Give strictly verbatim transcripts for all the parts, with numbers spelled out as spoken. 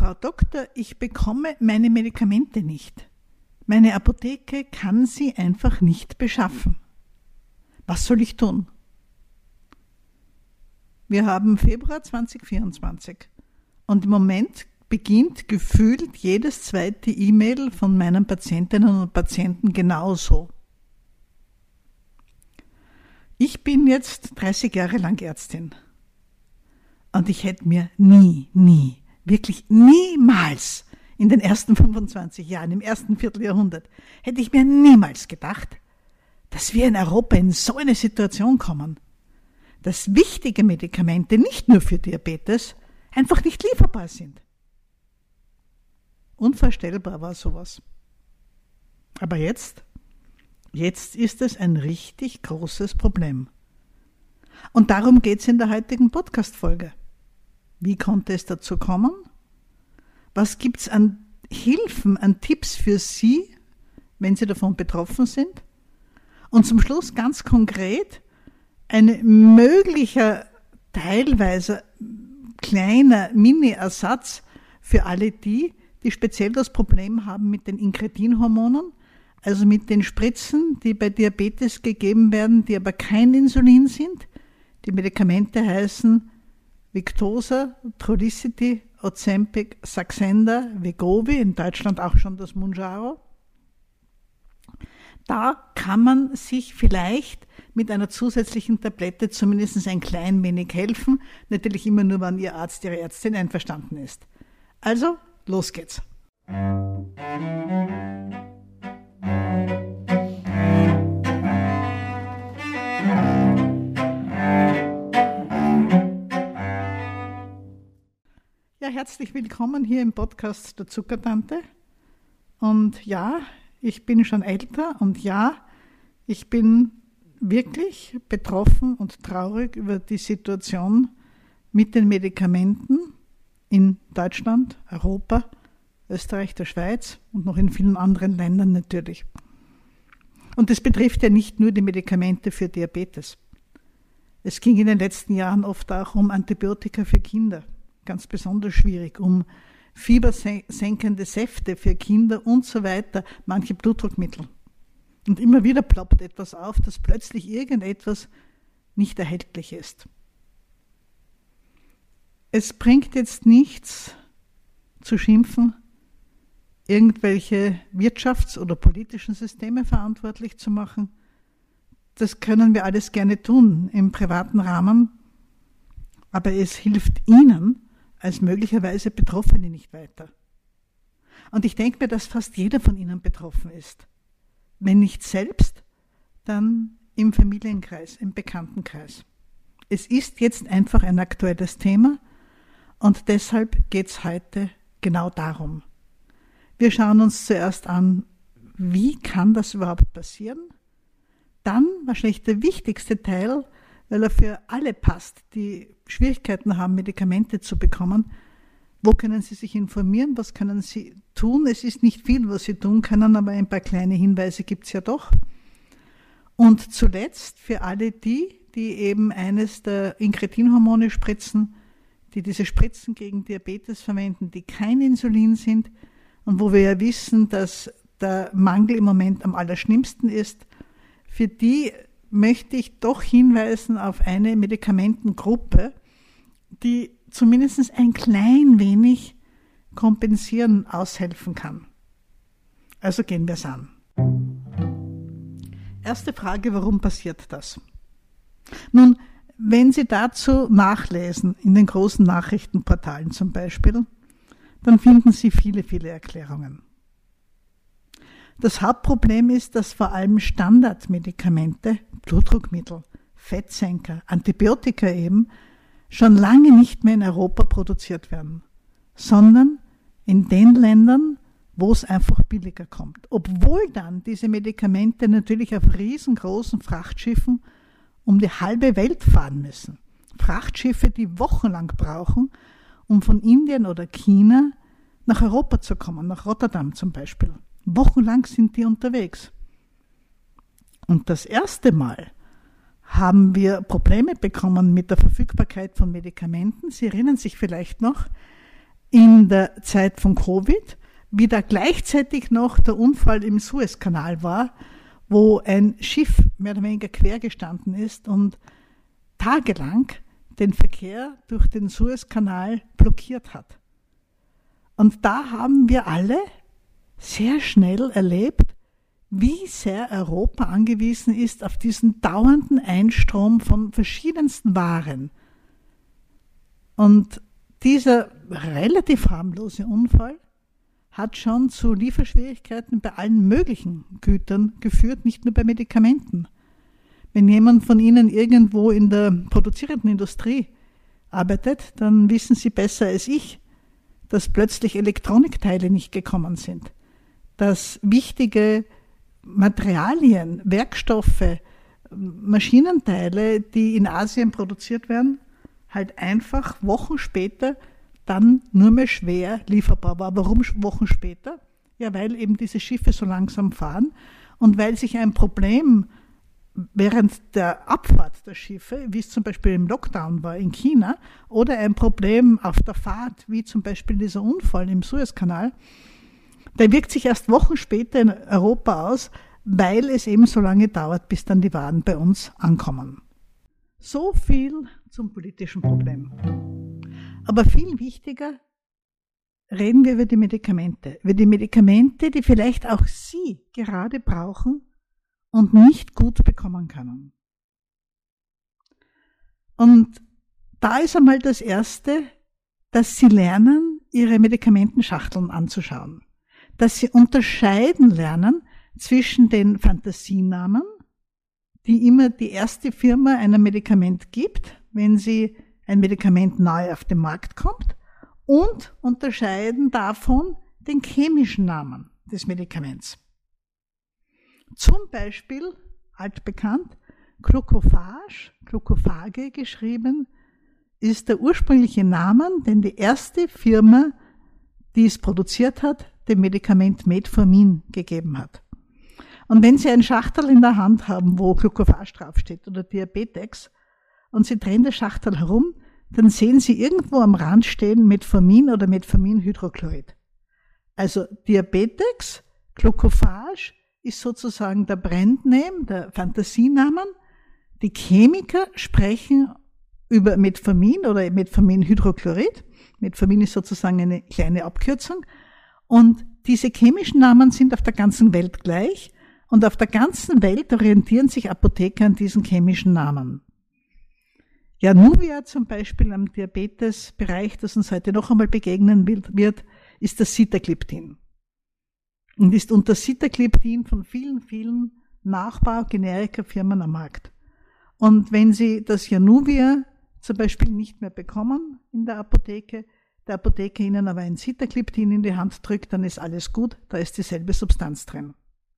Frau Doktor, ich bekomme meine Medikamente nicht. Meine Apotheke kann sie einfach nicht beschaffen. Was soll ich tun? Wir haben Februar zwanzig vierundzwanzig und im Moment beginnt gefühlt jedes zweite E-Mail von meinen Patientinnen und Patienten genauso. Ich bin jetzt dreißig Jahre lang Ärztin und ich hätte mir nie, nie, wirklich niemals in den ersten fünfundzwanzig Jahren, im ersten Vierteljahrhundert, hätte ich mir niemals gedacht, dass wir in Europa in so eine Situation kommen, dass wichtige Medikamente nicht nur für Diabetes einfach nicht lieferbar sind. Unvorstellbar war sowas. Aber jetzt, jetzt ist es ein richtig großes Problem. Und darum geht es in der heutigen Podcast-Folge. Wie konnte es dazu kommen? Was gibt es an Hilfen, an Tipps für Sie, wenn Sie davon betroffen sind? Und zum Schluss ganz konkret ein möglicher, teilweise kleiner Mini-Ersatz für alle die, die speziell das Problem haben mit den Inkretinhormonen, also mit den Spritzen, die bei Diabetes gegeben werden, die aber kein Insulin sind. Die Medikamente heißen Victoza, Trulicity, Ozempic, Saxenda, Wegovy, in Deutschland auch schon das Mounjaro. Da kann man sich vielleicht mit einer zusätzlichen Tablette zumindest ein klein wenig helfen. Natürlich immer nur, wenn Ihr Arzt, Ihre Ärztin einverstanden ist. Also, los geht's. Ja, herzlich willkommen hier im Podcast der Zuckertante. Und ja, ich bin schon älter und ja, ich bin wirklich betroffen und traurig über die Situation mit den Medikamenten in Deutschland, Europa, Österreich, der Schweiz und noch in vielen anderen Ländern natürlich. Und es betrifft ja nicht nur die Medikamente für Diabetes. Es ging in den letzten Jahren oft auch um Antibiotika für Kinder, ganz besonders schwierig, um fiebersenkende Säfte für Kinder und so weiter, manche Blutdruckmittel. Und immer wieder ploppt etwas auf, dass plötzlich irgendetwas nicht erhältlich ist. Es bringt jetzt nichts zu schimpfen, irgendwelche wirtschafts- oder politischen Systeme verantwortlich zu machen. Das können wir alles gerne tun im privaten Rahmen, aber es hilft Ihnen als möglicherweise Betroffene nicht weiter. Und ich denke mir, dass fast jeder von Ihnen betroffen ist. Wenn nicht selbst, dann im Familienkreis, im Bekanntenkreis. Es ist jetzt einfach ein aktuelles Thema und deshalb geht es heute genau darum. Wir schauen uns zuerst an, wie kann das überhaupt passieren? Dann wahrscheinlich der wichtigste Teil, weil er für alle passt, die Schwierigkeiten haben, Medikamente zu bekommen. Wo können Sie sich informieren? Was können Sie tun? Es ist nicht viel, was Sie tun können, aber ein paar kleine Hinweise gibt es ja doch. Und zuletzt für alle die, die eben eines der Inkretinhormone spritzen, die diese Spritzen gegen Diabetes verwenden, die kein Insulin sind und wo wir ja wissen, dass der Mangel im Moment am allerschlimmsten ist, für die möchte ich doch hinweisen auf eine Medikamentengruppe, die zumindest ein klein wenig kompensieren, aushelfen kann. Also gehen wir es an. Erste Frage, warum passiert das? Nun, wenn Sie dazu nachlesen, in den großen Nachrichtenportalen zum Beispiel, dann finden Sie viele, viele Erklärungen. Das Hauptproblem ist, dass vor allem Standardmedikamente, Blutdruckmittel, Fettsenker, Antibiotika eben, schon lange nicht mehr in Europa produziert werden, sondern in den Ländern, wo es einfach billiger kommt. Obwohl dann diese Medikamente natürlich auf riesengroßen Frachtschiffen um die halbe Welt fahren müssen. Frachtschiffe, die wochenlang brauchen, um von Indien oder China nach Europa zu kommen, nach Rotterdam zum Beispiel. Wochenlang sind die unterwegs. Und das erste Mal haben wir Probleme bekommen mit der Verfügbarkeit von Medikamenten. Sie erinnern sich vielleicht noch, in der Zeit von Covid, wie da gleichzeitig noch der Unfall im Suezkanal war, wo ein Schiff mehr oder weniger quer gestanden ist und tagelang den Verkehr durch den Suezkanal blockiert hat. Und da haben wir alle sehr schnell erlebt, wie sehr Europa angewiesen ist auf diesen dauernden Einstrom von verschiedensten Waren. Und dieser relativ harmlose Unfall hat schon zu Lieferschwierigkeiten bei allen möglichen Gütern geführt, nicht nur bei Medikamenten. Wenn jemand von Ihnen irgendwo in der produzierenden Industrie arbeitet, dann wissen Sie besser als ich, dass plötzlich Elektronikteile nicht gekommen sind, dass wichtige Materialien, Werkstoffe, Maschinenteile, die in Asien produziert werden, halt einfach Wochen später dann nur mehr schwer lieferbar war. Warum Wochen später? Ja, weil eben diese Schiffe so langsam fahren und weil sich ein Problem während der Abfahrt der Schiffe, wie es zum Beispiel im Lockdown war in China, oder ein Problem auf der Fahrt, wie zum Beispiel dieser Unfall im Suezkanal, der wirkt sich erst Wochen später in Europa aus, weil es eben so lange dauert, bis dann die Waren bei uns ankommen. So viel zum politischen Problem. Aber viel wichtiger, reden wir über die Medikamente. Über die Medikamente, die vielleicht auch Sie gerade brauchen und nicht gut bekommen können. Und da ist einmal das Erste, dass Sie lernen, Ihre Medikamentenschachteln anzuschauen. Dass Sie unterscheiden lernen zwischen den Fantasienamen, die immer die erste Firma einem Medikament gibt, wenn sie ein Medikament neu auf den Markt kommt, und unterscheiden davon den chemischen Namen des Medikaments. Zum Beispiel, altbekannt, Glucophage, Glucophage geschrieben, ist der ursprüngliche Name, den die erste Firma, die es produziert hat, dem Medikament Metformin gegeben hat. Und wenn Sie ein Schachtel in der Hand haben, wo Glucophage draufsteht oder Diabetex, und Sie drehen das Schachtel herum, dann sehen Sie irgendwo am Rand stehen Metformin oder Metforminhydrochlorid. Also Diabetex, Glucophage ist sozusagen der Brandname, der Fantasienamen. Die Chemiker sprechen über Metformin oder Metforminhydrochlorid. Metformin ist sozusagen eine kleine Abkürzung. Und diese chemischen Namen sind auf der ganzen Welt gleich. Und auf der ganzen Welt orientieren sich Apotheker an diesen chemischen Namen. Januvia zum Beispiel am Diabetesbereich, das uns heute noch einmal begegnen wird, ist das Sitagliptin. Und ist unter Sitagliptin von vielen, vielen Nachbau-Generika-Firmen am Markt. Und wenn Sie das Januvia zum Beispiel nicht mehr bekommen in der Apotheke, der Apotheker Ihnen aber ein Sitagliptin in die Hand drückt, dann ist alles gut, da ist dieselbe Substanz drin.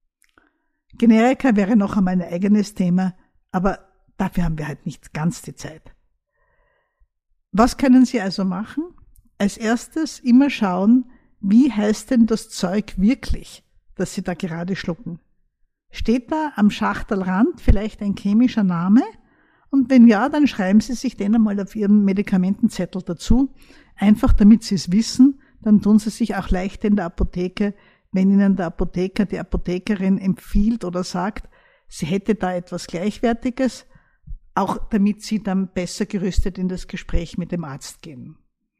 Generika wäre noch einmal ein eigenes Thema, aber dafür haben wir halt nicht ganz die Zeit. Was können Sie also machen? Als erstes immer schauen, wie heißt denn das Zeug wirklich, das Sie da gerade schlucken? Steht da am Schachtelrand vielleicht ein chemischer Name? Und wenn ja, dann schreiben Sie sich den einmal auf Ihren Medikamentenzettel dazu, einfach damit Sie es wissen, dann tun Sie sich auch leicht in der Apotheke, wenn Ihnen der Apotheker, die Apothekerin empfiehlt oder sagt, sie hätte da etwas Gleichwertiges, auch damit Sie dann besser gerüstet in das Gespräch mit dem Arzt gehen.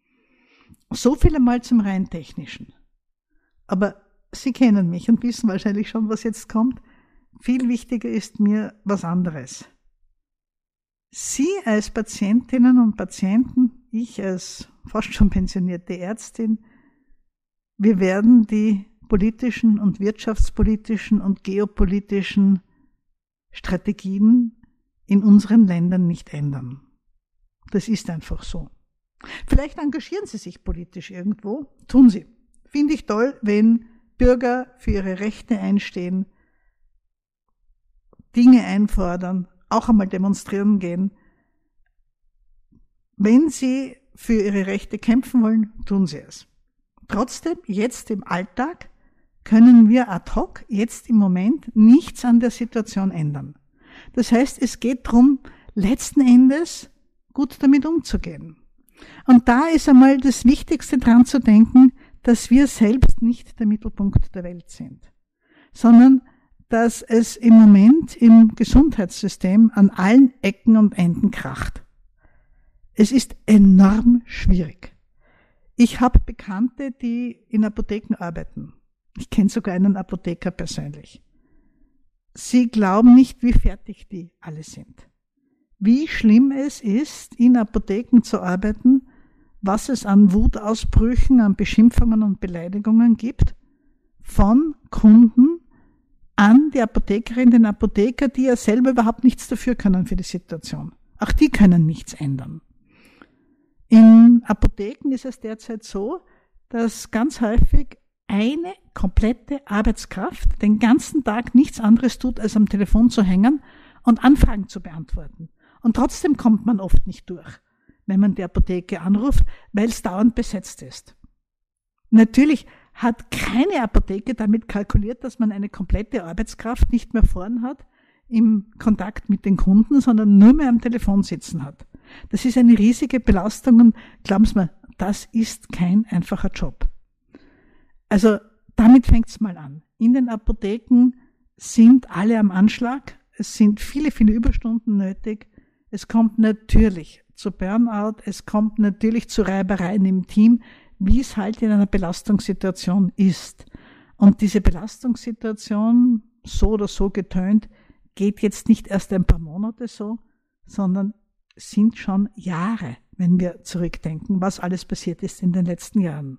So viel einmal zum rein Technischen. Aber Sie kennen mich und wissen wahrscheinlich schon, was jetzt kommt. Viel wichtiger ist mir was anderes. Sie als Patientinnen und Patienten, ich als fast schon pensionierte Ärztin, wir werden die politischen und wirtschaftspolitischen und geopolitischen Strategien in unseren Ländern nicht ändern. Das ist einfach so. Vielleicht engagieren Sie sich politisch irgendwo, tun Sie. Finde ich toll, wenn Bürger für ihre Rechte einstehen, Dinge einfordern, auch einmal demonstrieren gehen. Wenn Sie für Ihre Rechte kämpfen wollen, tun Sie es. Trotzdem, jetzt im Alltag können wir ad hoc, jetzt im Moment, nichts an der Situation ändern. Das heißt, es geht darum, letzten Endes gut damit umzugehen. Und da ist einmal das Wichtigste dran zu denken, dass wir selbst nicht der Mittelpunkt der Welt sind, sondern dass es im Moment im Gesundheitssystem an allen Ecken und Enden kracht. Es ist enorm schwierig. Ich habe Bekannte, die in Apotheken arbeiten. Ich kenne sogar einen Apotheker persönlich. Sie glauben nicht, wie fertig die alle sind. Wie schlimm es ist, in Apotheken zu arbeiten, was es an Wutausbrüchen, an Beschimpfungen und Beleidigungen gibt, von Kunden an die Apothekerin, den Apotheker, die ja selber überhaupt nichts dafür können für die Situation. Auch die können nichts ändern. In Apotheken ist es derzeit so, dass ganz häufig eine komplette Arbeitskraft den ganzen Tag nichts anderes tut, als am Telefon zu hängen und Anfragen zu beantworten. Und trotzdem kommt man oft nicht durch, wenn man die Apotheke anruft, weil es dauernd besetzt ist. Natürlich hat keine Apotheke damit kalkuliert, dass man eine komplette Arbeitskraft nicht mehr vorn hat im Kontakt mit den Kunden, sondern nur mehr am Telefon sitzen hat. Das ist eine riesige Belastung und glauben Sie mir, das ist kein einfacher Job. Also damit fängt es mal an. In den Apotheken sind alle am Anschlag. Es sind viele, viele Überstunden nötig. Es kommt natürlich zu Burnout. Es kommt natürlich zu Reibereien im Team, wie es halt in einer Belastungssituation ist. Und diese Belastungssituation, so oder so getönt, geht jetzt nicht erst ein paar Monate so, sondern sind schon Jahre, wenn wir zurückdenken, was alles passiert ist in den letzten Jahren.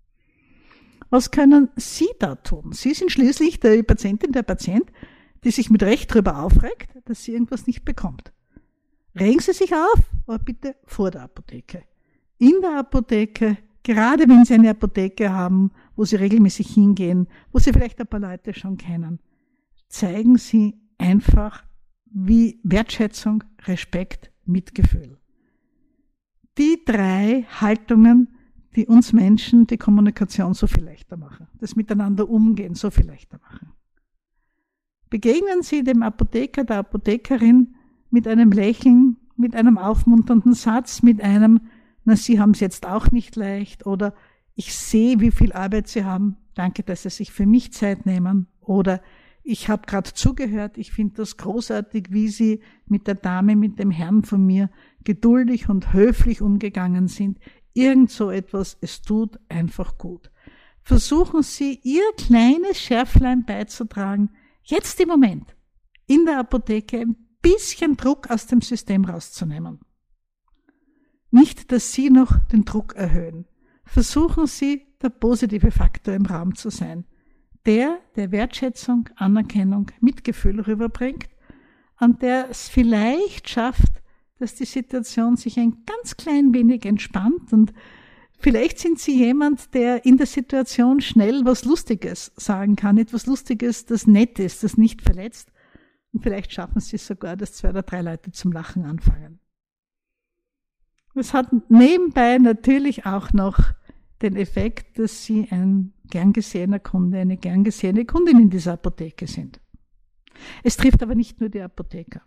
Was können Sie da tun? Sie sind schließlich die Patientin, der Patient, die sich mit Recht darüber aufregt, dass sie irgendwas nicht bekommt. Regen Sie sich auf, aber bitte vor der Apotheke. In der Apotheke, gerade wenn Sie eine Apotheke haben, wo Sie regelmäßig hingehen, wo Sie vielleicht ein paar Leute schon kennen, zeigen Sie einfach wie Wertschätzung, Respekt, Mitgefühl. Die drei Haltungen, die uns Menschen die Kommunikation so viel leichter machen, das Miteinander umgehen so viel leichter machen. Begegnen Sie dem Apotheker, der Apothekerin mit einem Lächeln, mit einem aufmunternden Satz, mit einem, na, Sie haben es jetzt auch nicht leicht, oder ich sehe, wie viel Arbeit Sie haben, danke, dass Sie sich für mich Zeit nehmen, oder ich habe gerade zugehört, ich finde das großartig, wie Sie mit der Dame, mit dem Herrn von mir geduldig und höflich umgegangen sind. Irgend so etwas, es tut einfach gut. Versuchen Sie, Ihr kleines Schärflein beizutragen, jetzt im Moment in der Apotheke ein bisschen Druck aus dem System rauszunehmen. Nicht, dass Sie noch den Druck erhöhen. Versuchen Sie, der positive Faktor im Raum zu sein. Der, der Wertschätzung, Anerkennung, Mitgefühl rüberbringt und der es vielleicht schafft, dass die Situation sich ein ganz klein wenig entspannt, und vielleicht sind Sie jemand, der in der Situation schnell was Lustiges sagen kann, etwas Lustiges, das nett ist, das nicht verletzt, und vielleicht schaffen Sie es sogar, dass zwei oder drei Leute zum Lachen anfangen. Es hat nebenbei natürlich auch noch den Effekt, dass Sie ein gern gesehener Kunde, eine gern gesehene Kundin in dieser Apotheke sind. Es trifft aber nicht nur die Apotheker.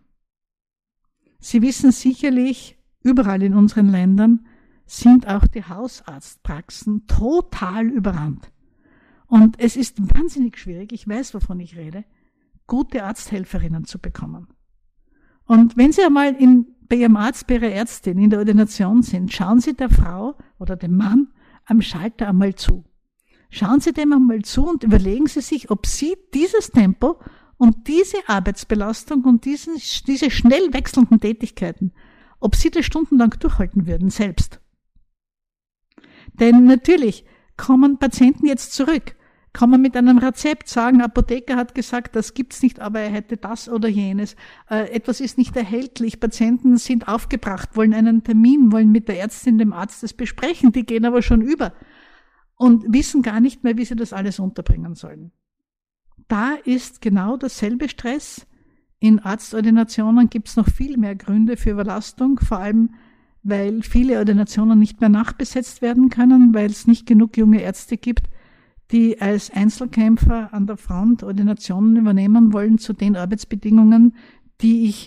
Sie wissen sicherlich, überall in unseren Ländern sind auch die Hausarztpraxen total überrannt. Und es ist wahnsinnig schwierig, ich weiß, wovon ich rede, gute Arzthelferinnen zu bekommen. Und wenn Sie einmal in, bei Ihrem Arzt, bei Ihrer Ärztin in der Ordination sind, schauen Sie der Frau oder dem Mann am Schalter einmal zu. Schauen Sie dem einmal zu und überlegen Sie sich, ob Sie dieses Tempo und diese Arbeitsbelastung und diesen, diese schnell wechselnden Tätigkeiten, ob Sie das stundenlang durchhalten würden, selbst. Denn natürlich kommen Patienten jetzt zurück, kommen mit einem Rezept, sagen, Apotheker hat gesagt, das gibt's nicht, aber er hätte das oder jenes. Äh, etwas ist nicht erhältlich, Patienten sind aufgebracht, wollen einen Termin, wollen mit der Ärztin, dem Arzt das besprechen, die gehen aber schon über und wissen gar nicht mehr, wie sie das alles unterbringen sollen. Da ist genau dasselbe Stress. In Arztordinationen gibt es noch viel mehr Gründe für Überlastung, vor allem weil viele Ordinationen nicht mehr nachbesetzt werden können, weil es nicht genug junge Ärzte gibt, die als Einzelkämpfer an der Front Ordinationen übernehmen wollen zu den Arbeitsbedingungen, die ich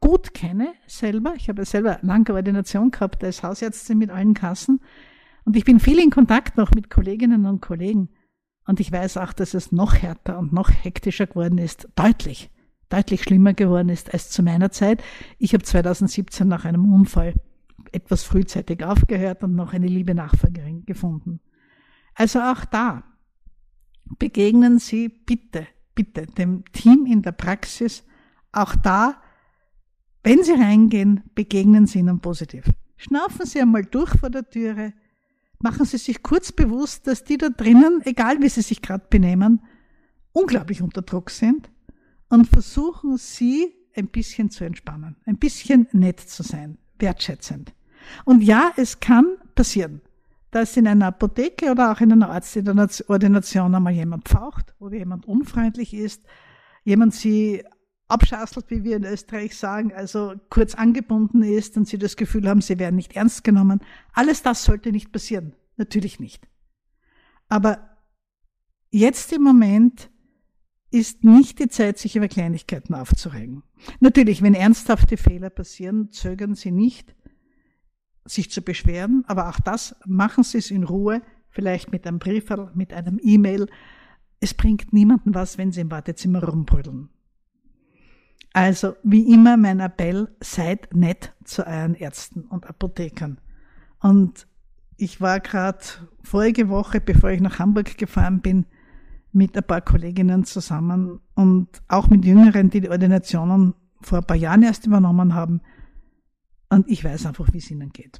gut kenne selber. Ich habe ja selber lange Ordination gehabt als Hausärztin mit allen Kassen. Und ich bin viel in Kontakt noch mit Kolleginnen und Kollegen. Und ich weiß auch, dass es noch härter und noch hektischer geworden ist. Deutlich, deutlich schlimmer geworden ist als zu meiner Zeit. Ich habe zweitausendsiebzehn nach einem Unfall etwas frühzeitig aufgehört und noch eine liebe Nachfolgerin gefunden. Also auch da begegnen Sie bitte, bitte dem Team in der Praxis. Auch da, wenn Sie reingehen, begegnen Sie ihnen positiv. Schnaufen Sie einmal durch vor der Türe. Machen Sie sich kurz bewusst, dass die da drinnen, egal wie sie sich gerade benehmen, unglaublich unter Druck sind, und versuchen Sie ein bisschen zu entspannen, ein bisschen nett zu sein, wertschätzend. Und ja, es kann passieren, dass in einer Apotheke oder auch in einer Arztordination einmal jemand pfaucht oder jemand unfreundlich ist, jemand Sie abschasselt, wie wir in Österreich sagen, also kurz angebunden ist und Sie das Gefühl haben, Sie werden nicht ernst genommen. Alles das sollte nicht passieren. Natürlich nicht. Aber jetzt im Moment ist nicht die Zeit, sich über Kleinigkeiten aufzuregen. Natürlich, wenn ernsthafte Fehler passieren, zögern Sie nicht, sich zu beschweren, aber auch das, machen Sie es in Ruhe, vielleicht mit einem Briefel, mit einem E-Mail. Es bringt niemandem was, wenn Sie im Wartezimmer rumbrüllen. Also, wie immer mein Appell, seid nett zu euren Ärzten und Apothekern. Und ich war gerade vorige Woche, bevor ich nach Hamburg gefahren bin, mit ein paar Kolleginnen zusammen und auch mit Jüngeren, die die Ordinationen vor ein paar Jahren erst übernommen haben. Und ich weiß einfach, wie es ihnen geht.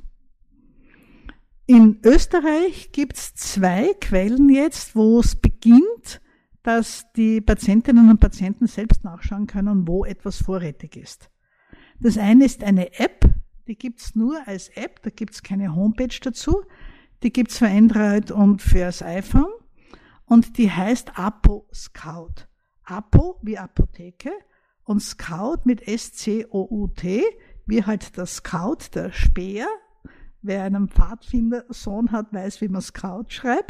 In Österreich gibt es zwei Quellen jetzt, wo es beginnt, dass die Patientinnen und Patienten selbst nachschauen können, wo etwas vorrätig ist. Das eine ist eine App, die gibt es nur als App, da gibt es keine Homepage dazu. Die gibt es für Android und für das iPhone und die heißt Apo Scout. Apo wie Apotheke und Scout mit S C O U T, wie halt der Scout, der Späher. Wer einen Pfadfindersohn hat, weiß, wie man Scout schreibt.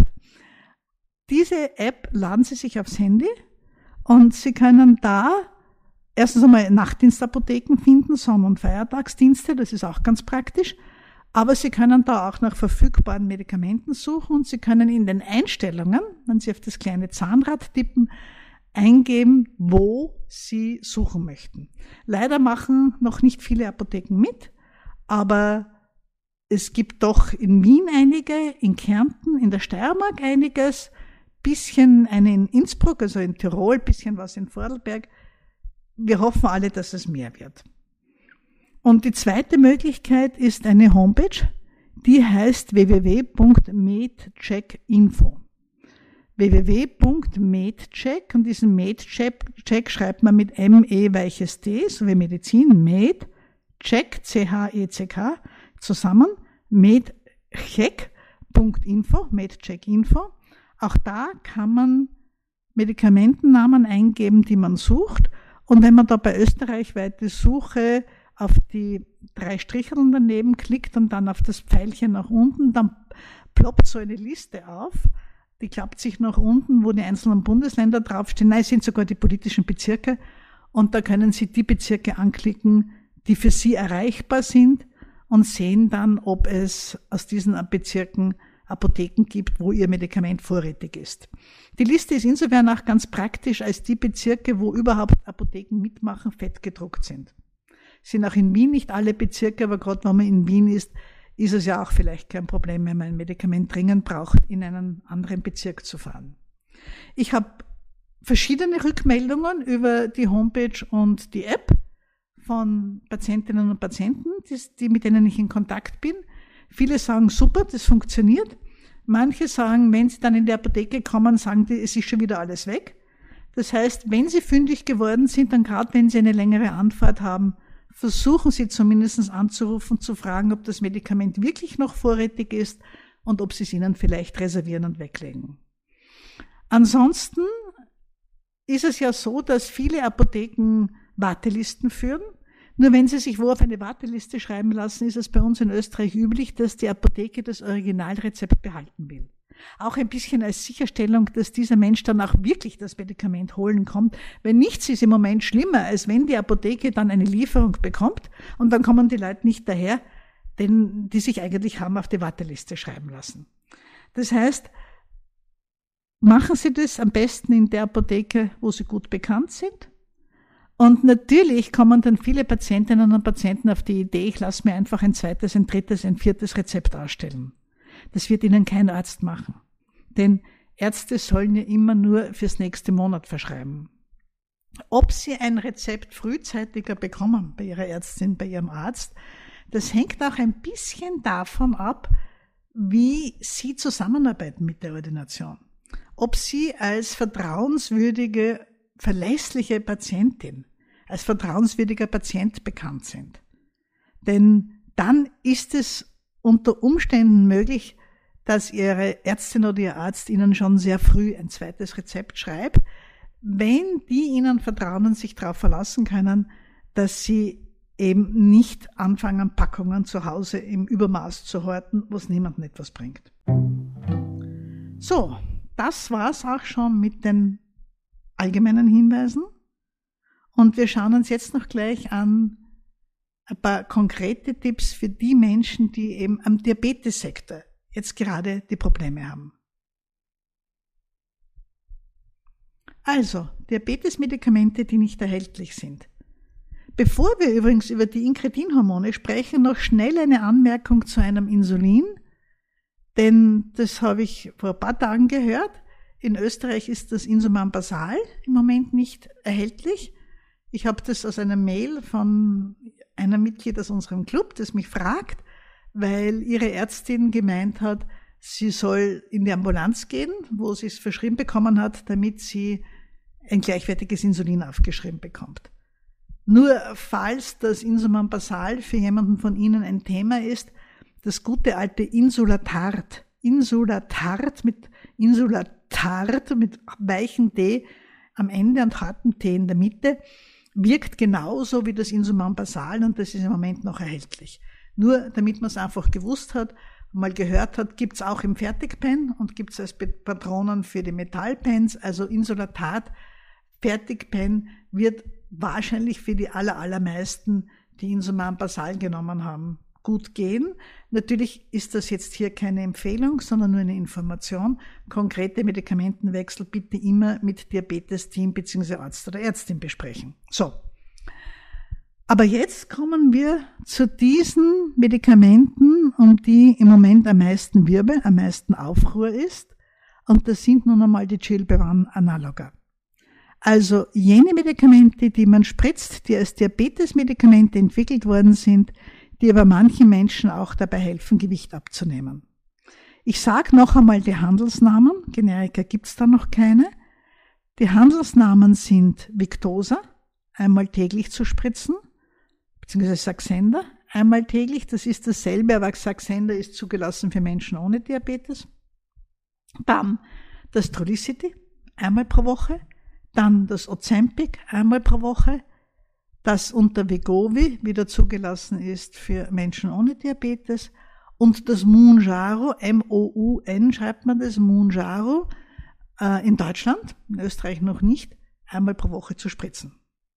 Diese App laden Sie sich aufs Handy und Sie können da erstens einmal Nachtdienstapotheken finden, Sonn- und Feiertagsdienste, das ist auch ganz praktisch. Aber Sie können da auch nach verfügbaren Medikamenten suchen und Sie können in den Einstellungen, wenn Sie auf das kleine Zahnrad tippen, eingeben, wo Sie suchen möchten. Leider machen noch nicht viele Apotheken mit, aber es gibt doch in Wien einige, in Kärnten, in der Steiermark einiges, bisschen eine in Innsbruck, also in Tirol, bisschen was in Vorarlberg. Wir hoffen alle, dass es mehr wird. Und die zweite Möglichkeit ist eine Homepage, die heißt w w w punkt medcheck punkt info. w w w punkt medcheck und diesen Medcheck schreibt man mit M E weiches D, so wie Medizin, Medcheck, C H E C K, zusammen, medcheck punkt info, Medcheck Info. Auch da kann man Medikamentennamen eingeben, die man sucht. Und wenn man da bei österreichweite Suche auf die drei Stricheln daneben klickt und dann auf das Pfeilchen nach unten, dann ploppt so eine Liste auf. Die klappt sich nach unten, wo die einzelnen Bundesländer draufstehen. Nein, es sind sogar die politischen Bezirke. Und da können Sie die Bezirke anklicken, die für Sie erreichbar sind und sehen dann, ob es aus diesen Bezirken Apotheken gibt, wo Ihr Medikament vorrätig ist. Die Liste ist insofern auch ganz praktisch, als die Bezirke, wo überhaupt Apotheken mitmachen, fett gedruckt sind. Sind auch in Wien nicht alle Bezirke, aber gerade wenn man in Wien ist, ist es ja auch vielleicht kein Problem, wenn man ein Medikament dringend braucht, in einen anderen Bezirk zu fahren. Ich habe verschiedene Rückmeldungen über die Homepage und die App von Patientinnen und Patienten, die, die mit denen ich in Kontakt bin. Viele sagen, super, das funktioniert. Manche sagen, wenn sie dann in die Apotheke kommen, sagen die, es ist schon wieder alles weg. Das heißt, wenn sie fündig geworden sind, dann gerade wenn sie eine längere Anfahrt haben, versuchen Sie zumindest anzurufen, zu fragen, ob das Medikament wirklich noch vorrätig ist und ob Sie es Ihnen vielleicht reservieren und weglegen. Ansonsten ist es ja so, dass viele Apotheken Wartelisten führen. Nur wenn Sie sich wo auf eine Warteliste schreiben lassen, ist es bei uns in Österreich üblich, dass die Apotheke das Originalrezept behalten will. Auch ein bisschen als Sicherstellung, dass dieser Mensch dann auch wirklich das Medikament holen kommt. Wenn nichts ist im Moment schlimmer, als wenn die Apotheke dann eine Lieferung bekommt und dann kommen die Leute nicht daher, denn die sich eigentlich haben auf die Warteliste schreiben lassen. Das heißt, machen Sie das am besten in der Apotheke, wo Sie gut bekannt sind. Und natürlich kommen dann viele Patientinnen und Patienten auf die Idee, ich lasse mir einfach ein zweites, ein drittes, ein viertes Rezept ausstellen. Das wird Ihnen kein Arzt machen. Denn Ärzte sollen ja immer nur fürs nächste Monat verschreiben. Ob Sie ein Rezept frühzeitiger bekommen bei Ihrer Ärztin, bei Ihrem Arzt, das hängt auch ein bisschen davon ab, wie Sie zusammenarbeiten mit der Ordination. Ob Sie als vertrauenswürdige, verlässliche Patientin, als vertrauenswürdiger Patient bekannt sind. Denn dann ist es unter Umständen möglich, dass Ihre Ärztin oder Ihr Arzt Ihnen schon sehr früh ein zweites Rezept schreibt, wenn die Ihnen vertrauen und sich darauf verlassen können, dass Sie eben nicht anfangen, Packungen zu Hause im Übermaß zu horten, wo es niemandem etwas bringt. So, das war's auch schon mit den allgemeinen Hinweisen. Und wir schauen uns jetzt noch gleich an ein paar konkrete Tipps für die Menschen, die eben am Diabetessektor jetzt gerade die Probleme haben. Also, Diabetesmedikamente, die nicht erhältlich sind. Bevor wir übrigens über die Inkretinhormone sprechen, noch schnell eine Anmerkung zu einem Insulin, denn das habe ich vor ein paar Tagen gehört. In Österreich ist das Insuman Basal im Moment nicht erhältlich. Ich habe das aus einer Mail von einer Mitglied aus unserem Club, das mich fragt, weil ihre Ärztin gemeint hat, sie soll in die Ambulanz gehen, wo sie es verschrieben bekommen hat, damit sie ein gleichwertiges Insulin aufgeschrieben bekommt. Nur falls das Insuman Basal für jemanden von Ihnen ein Thema ist, das gute alte Insulatard, Insulatard mit Insulatard mit weichem D am Ende und hartem T in der Mitte, wirkt genauso wie das Insuman Basal und das ist im Moment noch erhältlich. Nur damit man es einfach gewusst hat, mal gehört hat, gibt es auch im Fertigpen und gibt es als Patronen für die Metallpens, also Insulatard, Fertigpen wird wahrscheinlich für die aller, allermeisten, die Insuman Basal genommen haben, gut gehen. Natürlich ist das jetzt hier keine Empfehlung, sondern nur eine Information. Konkrete Medikamentenwechsel bitte immer mit Diabetesteam bzw. Arzt oder Ärztin besprechen. So. Aber jetzt kommen wir zu diesen Medikamenten, um die im Moment am meisten Wirbel, am meisten Aufruhr ist. Und das sind nun einmal die Chilbevan-Analoga. Also jene Medikamente, die man spritzt, die als Diabetesmedikamente entwickelt worden sind, die aber manchen Menschen auch dabei helfen, Gewicht abzunehmen. Ich sage noch einmal die Handelsnamen, Generika gibt es da noch keine. Die Handelsnamen sind Victoza, einmal täglich zu spritzen, beziehungsweise Saxenda, einmal täglich, das ist dasselbe, aber Saxenda ist zugelassen für Menschen ohne Diabetes. Dann das Trulicity, einmal pro Woche. Dann das Ozempic, einmal pro Woche. Das unter Wegovy wieder zugelassen ist für Menschen ohne Diabetes. Und das Mounjaro, M O U N schreibt man das, Mounjaro, äh, in Deutschland, in Österreich noch nicht, einmal pro Woche zu spritzen.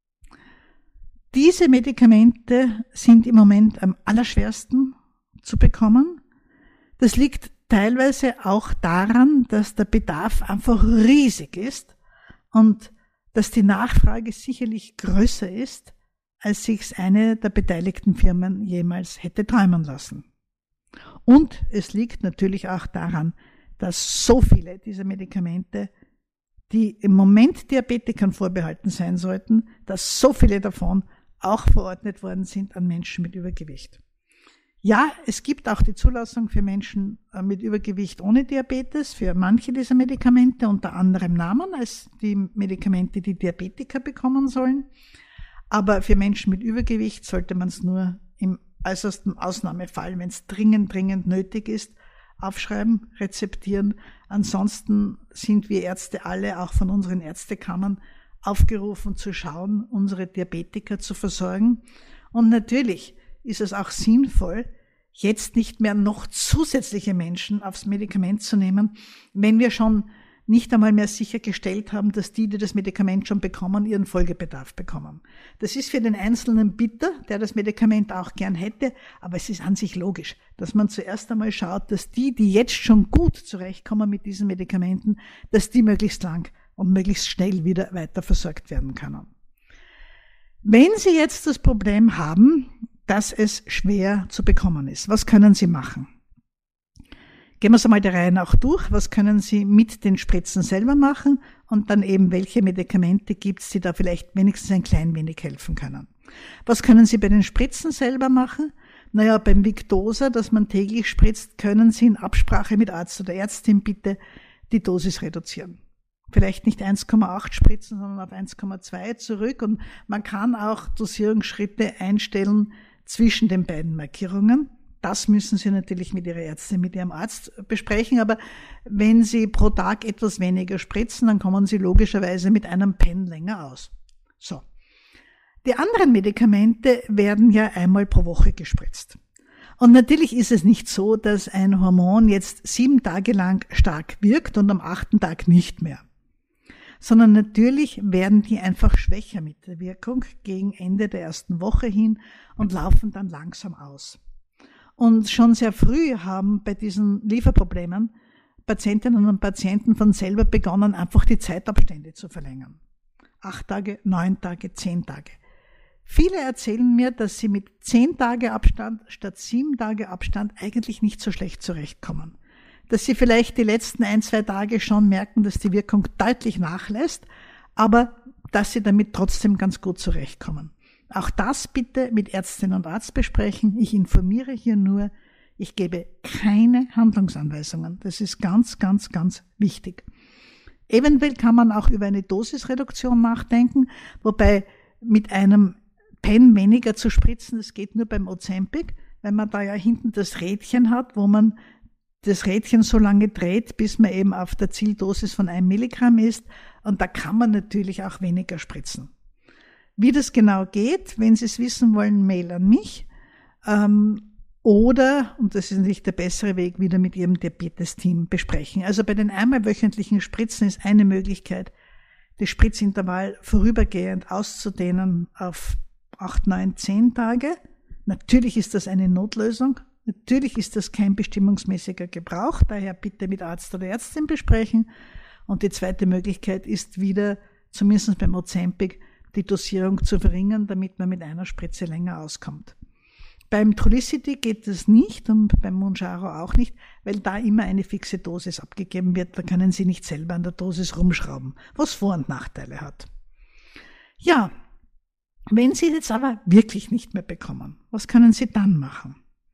Diese Medikamente sind im Moment am allerschwersten zu bekommen. Das liegt teilweise auch daran, dass der Bedarf einfach riesig ist und dass die Nachfrage sicherlich größer ist, als sich's eine der beteiligten Firmen jemals hätte träumen lassen. Und es liegt natürlich auch daran, dass so viele dieser Medikamente, die im Moment Diabetikern vorbehalten sein sollten, dass so viele davon auch verordnet worden sind an Menschen mit Übergewicht. Ja, es gibt auch die Zulassung für Menschen mit Übergewicht ohne Diabetes, für manche dieser Medikamente unter anderem Namen als die Medikamente, die Diabetiker bekommen sollen. Aber für Menschen mit Übergewicht sollte man es nur im äußersten Ausnahmefall, wenn es dringend, dringend nötig ist, aufschreiben, rezeptieren. Ansonsten sind wir Ärzte alle, auch von unseren Ärztekammern, aufgerufen zu schauen, unsere Diabetiker zu versorgen. Und natürlich ist es auch sinnvoll, jetzt nicht mehr noch zusätzliche Menschen aufs Medikament zu nehmen, wenn wir schon nicht einmal mehr sichergestellt haben, dass die, die das Medikament schon bekommen, ihren Folgebedarf bekommen. Das ist für den Einzelnen bitter, der das Medikament auch gern hätte, aber es ist an sich logisch, dass man zuerst einmal schaut, dass die, die jetzt schon gut zurechtkommen mit diesen Medikamenten, dass die möglichst lang und möglichst schnell wieder weiter versorgt werden können. Wenn Sie jetzt das Problem haben, dass es schwer zu bekommen ist, was können Sie machen? Gehen wir es einmal der Reihe nach durch. Was können Sie mit den Spritzen selber machen? Und dann eben, welche Medikamente gibt es, die da vielleicht wenigstens ein klein wenig helfen können? Was können Sie bei den Spritzen selber machen? Naja, beim Victoza, das man täglich spritzt, können Sie in Absprache mit Arzt oder Ärztin bitte die Dosis reduzieren. Vielleicht nicht eins Komma acht spritzen, sondern auf eins Komma zwei zurück. Und man kann auch Dosierungsschritte einstellen zwischen den beiden Markierungen. Das müssen Sie natürlich mit Ihrer Ärztin, mit Ihrem Arzt besprechen. Aber wenn Sie pro Tag etwas weniger spritzen, dann kommen Sie logischerweise mit einem Pen länger aus. So. Die anderen Medikamente werden ja einmal pro Woche gespritzt. Und natürlich ist es nicht so, dass ein Hormon jetzt sieben Tage lang stark wirkt und am achten Tag nicht mehr. Sondern natürlich werden die einfach schwächer mit der Wirkung gegen Ende der ersten Woche hin und laufen dann langsam aus. Und schon sehr früh haben bei diesen Lieferproblemen Patientinnen und Patienten von selber begonnen, einfach die Zeitabstände zu verlängern. Acht Tage, neun Tage, zehn Tage. Viele erzählen mir, dass sie mit zehn Tage Abstand statt sieben Tage Abstand eigentlich nicht so schlecht zurechtkommen. Dass sie vielleicht die letzten ein, zwei Tage schon merken, dass die Wirkung deutlich nachlässt, aber dass sie damit trotzdem ganz gut zurechtkommen. Auch das bitte mit Ärztin und Arzt besprechen. Ich informiere hier nur, ich gebe keine Handlungsanweisungen. Das ist ganz, ganz, ganz wichtig. Eventuell kann man auch über eine Dosisreduktion nachdenken, wobei mit einem Pen weniger zu spritzen, das geht nur beim Ozempic, weil man da ja hinten das Rädchen hat, wo man das Rädchen so lange dreht, bis man eben auf der Zieldosis von einem Milligramm ist. Und da kann man natürlich auch weniger spritzen. Wie das genau geht, wenn Sie es wissen wollen, Mail an mich. Ähm, oder, und das ist natürlich der bessere Weg, wieder mit Ihrem Diabetes-Team besprechen. Also bei den einmal wöchentlichen Spritzen ist eine Möglichkeit, das Spritzintervall vorübergehend auszudehnen auf acht, neun, zehn Tage. Natürlich ist das eine Notlösung. Natürlich ist das kein bestimmungsmäßiger Gebrauch. Daher bitte mit Arzt oder Ärztin besprechen. Und die zweite Möglichkeit ist wieder, zumindest beim Ozempic, die Dosierung zu verringern, damit man mit einer Spritze länger auskommt. Beim Trulicity geht das nicht und beim Mounjaro auch nicht, weil da immer eine fixe Dosis abgegeben wird. Da können Sie nicht selber an der Dosis rumschrauben, was Vor- und Nachteile hat. Ja, wenn Sie jetzt aber wirklich nicht mehr bekommen, was können Sie dann machen?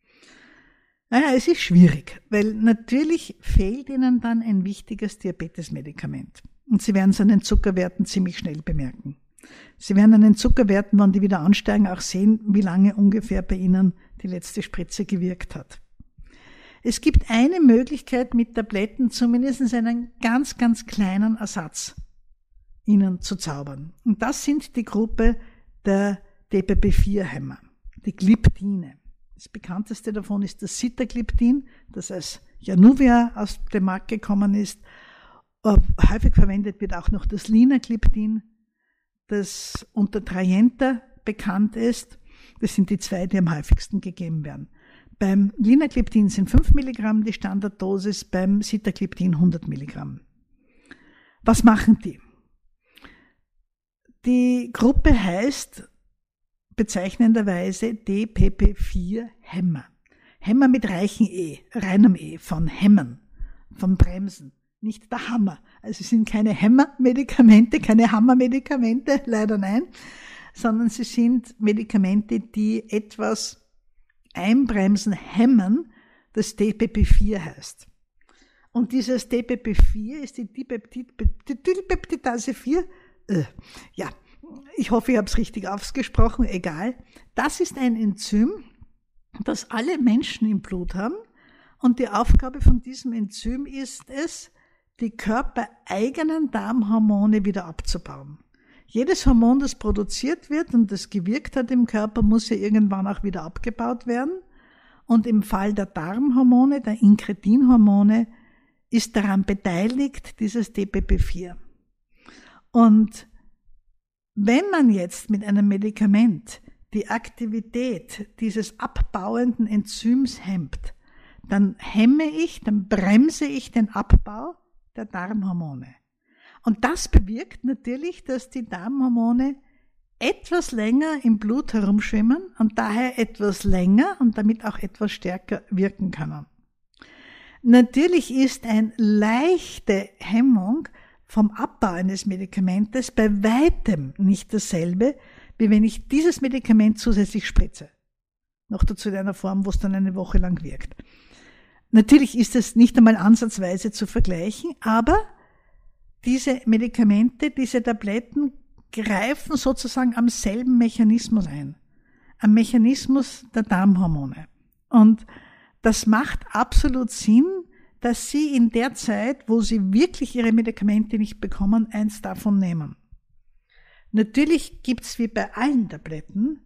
Naja, es ist schwierig, weil natürlich fehlt Ihnen dann ein wichtiges Diabetesmedikament. Und Sie werden es an den Zuckerwerten ziemlich schnell bemerken. Sie werden an den Zuckerwerten, wenn die wieder ansteigen, auch sehen, wie lange ungefähr bei Ihnen die letzte Spritze gewirkt hat. Es gibt eine Möglichkeit, mit Tabletten zumindest einen ganz, ganz kleinen Ersatz Ihnen zu zaubern. Und das sind die Gruppe der D P P vier Hämmer, die Gliptine. Das bekannteste davon ist das Sitagliptin, das als Januvia aus dem Markt gekommen ist. Häufig verwendet wird auch noch das Linagliptin, das unter Trajenta bekannt ist. Das sind die zwei, die am häufigsten gegeben werden. Beim Linagliptin sind fünf Milligramm die Standarddosis, beim Sitagliptin hundert Milligramm. Was machen die? Die Gruppe heißt bezeichnenderweise D P P vier Hämmer. Hämmer mit reichem E, reinem E, von Hämmern, von Bremsen. Nicht der Hammer. Also es sind keine Hämmermedikamente, keine Hammermedikamente, leider nein, sondern sie sind Medikamente, die etwas einbremsen, hemmen, das D P P vier heißt. Und dieses D P P vier ist die Dipeptidase vier, äh, ja, ich hoffe, ich habe es richtig ausgesprochen, egal. Das ist ein Enzym, das alle Menschen im Blut haben. Und die Aufgabe von diesem Enzym ist es, die körpereigenen Darmhormone wieder abzubauen. Jedes Hormon, das produziert wird und das gewirkt hat im Körper, muss ja irgendwann auch wieder abgebaut werden. Und im Fall der Darmhormone, der Inkretinhormone, ist daran beteiligt dieses D P P vier. Und wenn man jetzt mit einem Medikament die Aktivität dieses abbauenden Enzyms hemmt, dann hemme ich, dann bremse ich den Abbau der Darmhormone. Und das bewirkt natürlich, dass die Darmhormone etwas länger im Blut herumschwimmen und daher etwas länger und damit auch etwas stärker wirken können. Natürlich ist eine leichte Hemmung vom Abbau eines Medikamentes bei weitem nicht dasselbe, wie wenn ich dieses Medikament zusätzlich spritze. Noch dazu in einer Form, wo es dann eine Woche lang wirkt. Natürlich ist es nicht einmal ansatzweise zu vergleichen, aber diese Medikamente, diese Tabletten greifen sozusagen am selben Mechanismus ein. Am Mechanismus der Darmhormone. Und das macht absolut Sinn, dass Sie in der Zeit, wo Sie wirklich Ihre Medikamente nicht bekommen, eins davon nehmen. Natürlich gibt's wie bei allen Tabletten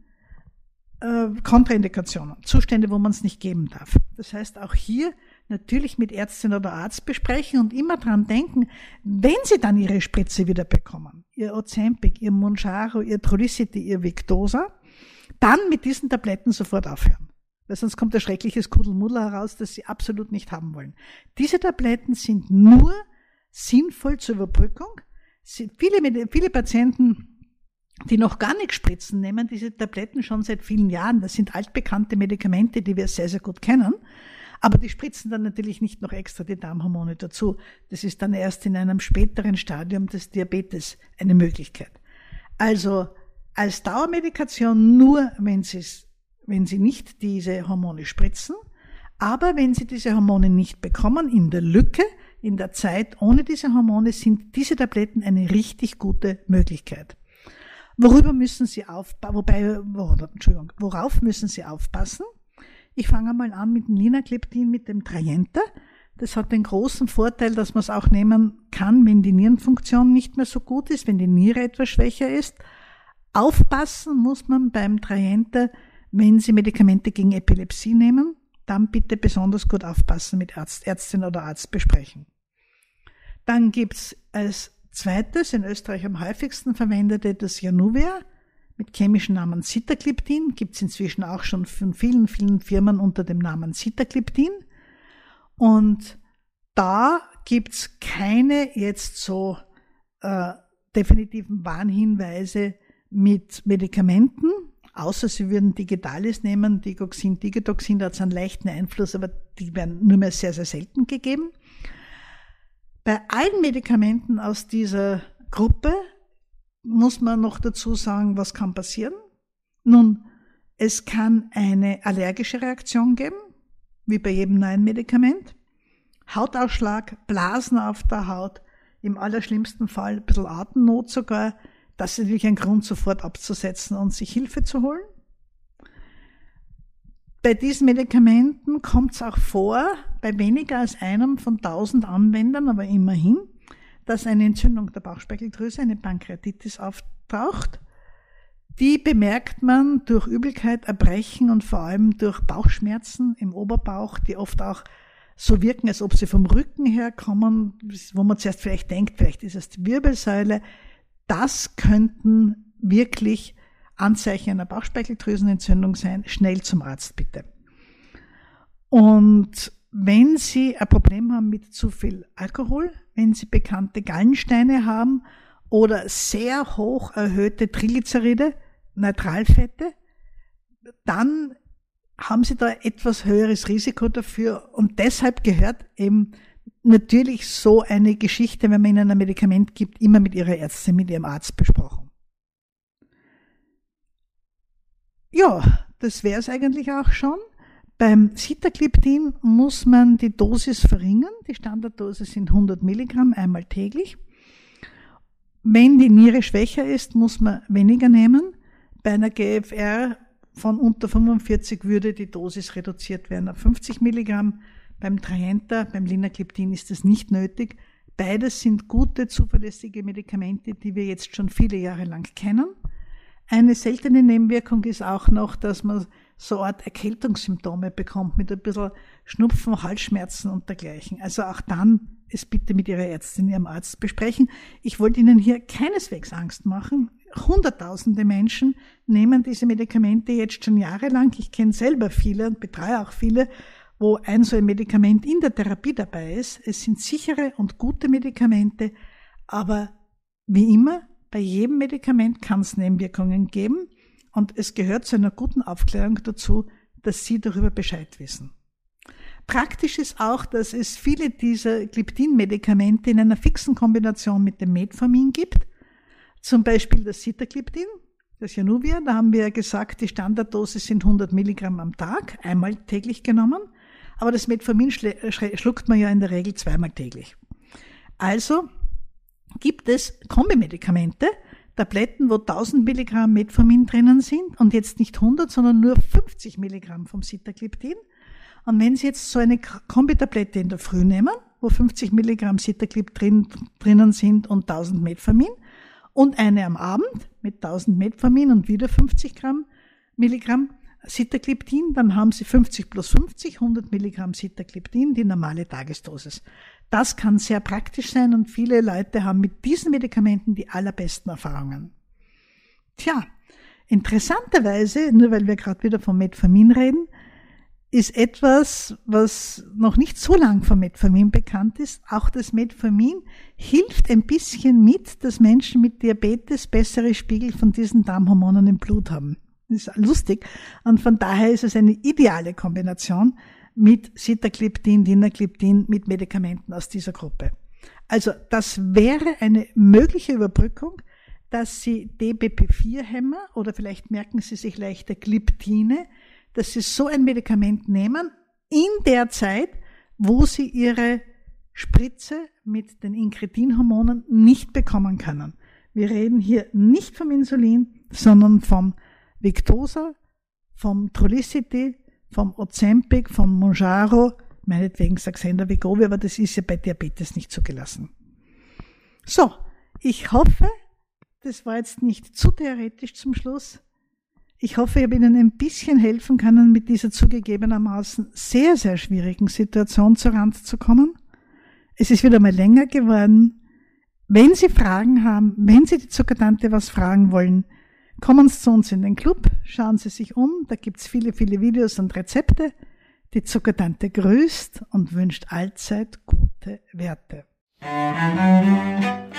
äh, Kontraindikationen, Zustände, wo man es nicht geben darf. Das heißt, auch hier natürlich mit Ärztin oder Arzt besprechen und immer dran denken, wenn Sie dann Ihre Spritze wieder bekommen, Ihr Ozempic, Ihr Mounjaro, Ihr Trulicity, Ihr Victoza, dann mit diesen Tabletten sofort aufhören. Weil sonst kommt ein schreckliches Kuddelmuddel heraus, das Sie absolut nicht haben wollen. Diese Tabletten sind nur sinnvoll zur Überbrückung. Sie, viele, viele Patienten, die noch gar nicht spritzen, nehmen diese Tabletten schon seit vielen Jahren. Das sind altbekannte Medikamente, die wir sehr, sehr gut kennen. Aber die spritzen dann natürlich nicht noch extra die Darmhormone dazu. Das ist dann erst in einem späteren Stadium des Diabetes eine Möglichkeit. Also als Dauermedikation nur, wenn Sie es wenn Sie nicht diese Hormone spritzen, aber wenn Sie diese Hormone nicht bekommen, in der Lücke, in der Zeit ohne diese Hormone, sind diese Tabletten eine richtig gute Möglichkeit. Worüber müssen Sie aufpassen, wobei, wo, Entschuldigung, worauf müssen Sie aufpassen? Ich fange mal an mit dem Linagliptin, mit dem Trajenta. Das hat den großen Vorteil, dass man es auch nehmen kann, wenn die Nierenfunktion nicht mehr so gut ist, wenn die Niere etwas schwächer ist. Aufpassen muss man beim Trajenta, wenn Sie Medikamente gegen Epilepsie nehmen, dann bitte besonders gut aufpassen, mit Arzt, Ärztin oder Arzt besprechen. Dann gibt's als zweites, in Österreich am häufigsten verwendete, das Januvia mit chemischen Namen Sitagliptin. Gibt's inzwischen auch schon von vielen, vielen Firmen unter dem Namen Sitagliptin. Und da gibt's keine jetzt so äh, definitiven Warnhinweise mit Medikamenten, außer Sie würden Digitalis nehmen, Digoxin, Digitoxin, da hat es einen leichten Einfluss, aber die werden nur mehr sehr, sehr selten gegeben. Bei allen Medikamenten aus dieser Gruppe muss man noch dazu sagen, was kann passieren. Nun, es kann eine allergische Reaktion geben, wie bei jedem neuen Medikament. Hautausschlag, Blasen auf der Haut, im allerschlimmsten Fall ein bisschen Atemnot sogar. Das ist natürlich ein Grund, sofort abzusetzen und sich Hilfe zu holen. Bei diesen Medikamenten kommt es auch vor, bei weniger als einem von tausend Anwendern, aber immerhin, dass eine Entzündung der Bauchspeicheldrüse, eine Pankreatitis auftaucht. Die bemerkt man durch Übelkeit, Erbrechen und vor allem durch Bauchschmerzen im Oberbauch, die oft auch so wirken, als ob sie vom Rücken herkommen, wo man zuerst vielleicht denkt, vielleicht ist es die Wirbelsäule. Das könnten wirklich Anzeichen einer Bauchspeicheldrüsenentzündung sein. Schnell zum Arzt bitte. Und wenn Sie ein Problem haben mit zu viel Alkohol, wenn Sie bekannte Gallensteine haben oder sehr hoch erhöhte Triglyceride, Neutralfette, dann haben Sie da etwas höheres Risiko dafür. Und deshalb gehört eben natürlich so eine Geschichte, wenn man Ihnen ein Medikament gibt, immer mit Ihrer Ärztin, mit Ihrem Arzt besprochen. Ja, das wäre es eigentlich auch schon. Beim Sitagliptin muss man die Dosis verringern. Die Standarddosis sind hundert Milligramm einmal täglich. Wenn die Niere schwächer ist, muss man weniger nehmen. Bei einer G F R von unter fünfundvierzig würde die Dosis reduziert werden auf fünfzig Milligramm. Beim Trajenta, beim Linagliptin ist das nicht nötig. Beides sind gute, zuverlässige Medikamente, die wir jetzt schon viele Jahre lang kennen. Eine seltene Nebenwirkung ist auch noch, dass man so eine Art Erkältungssymptome bekommt, mit ein bisschen Schnupfen, Halsschmerzen und dergleichen. Also auch dann es bitte mit Ihrer Ärztin, Ihrem Arzt besprechen. Ich wollte Ihnen hier keineswegs Angst machen. Hunderttausende Menschen nehmen diese Medikamente jetzt schon jahrelang. Ich kenne selber viele und betreue auch viele, wo ein so ein Medikament in der Therapie dabei ist. Es sind sichere und gute Medikamente, aber wie immer, bei jedem Medikament kann es Nebenwirkungen geben und es gehört zu einer guten Aufklärung dazu, dass Sie darüber Bescheid wissen. Praktisch ist auch, dass es viele dieser Gliptin-Medikamente in einer fixen Kombination mit dem Metformin gibt. Zum Beispiel das Sitagliptin, das Januvia. Da haben wir ja gesagt, die Standarddosis sind hundert Milligramm am Tag, einmal täglich genommen. Aber das Metformin schluckt man ja in der Regel zweimal täglich. Also gibt es Kombimedikamente, Tabletten, wo tausend Milligramm Metformin drinnen sind und jetzt nicht hundert, sondern nur fünfzig Milligramm vom Sitagliptin. Und wenn Sie jetzt so eine Kombitablette in der Früh nehmen, wo fünfzig Milligramm Sitaglip drin, drinnen sind und tausend Metformin, und eine am Abend mit tausend Metformin und wieder fünfzig Gramm, Milligramm Sitagliptin, dann haben Sie fünfzig plus fünfzig, hundert Milligramm Sitagliptin, die normale Tagesdosis. Das kann sehr praktisch sein und viele Leute haben mit diesen Medikamenten die allerbesten Erfahrungen. Tja, interessanterweise, nur weil wir gerade wieder vom Metformin reden, ist etwas, was noch nicht so lang vom Metformin bekannt ist. Auch das Metformin hilft ein bisschen mit, dass Menschen mit Diabetes bessere Spiegel von diesen Darmhormonen im Blut haben. Das ist lustig. Und von daher ist es eine ideale Kombination mit Sitagliptin, Linagliptin, mit Medikamenten aus dieser Gruppe. Also das wäre eine mögliche Überbrückung, dass Sie D B P vier Hämmer oder vielleicht merken Sie sich leichter Gliptine, dass Sie so ein Medikament nehmen in der Zeit, wo Sie Ihre Spritze mit den Inkretinhormonen nicht bekommen können. Wir reden hier nicht vom Insulin, sondern vom Victoza, vom Trulicity, vom Ozempic, vom Mounjaro, meinetwegen Saxenda Wegovy, aber das ist ja bei Diabetes nicht zugelassen. So, ich hoffe, das war jetzt nicht zu theoretisch zum Schluss. Ich hoffe, ich habe Ihnen ein bisschen helfen können, mit dieser zugegebenermaßen sehr, sehr schwierigen Situation zur Rand zu kommen. Es ist wieder mal länger geworden. Wenn Sie Fragen haben, wenn Sie die Zuckertante was fragen wollen, kommen Sie zu uns in den Club, schauen Sie sich um, da gibt's viele, viele Videos und Rezepte. Die Zuckertante grüßt und wünscht allzeit gute Werte.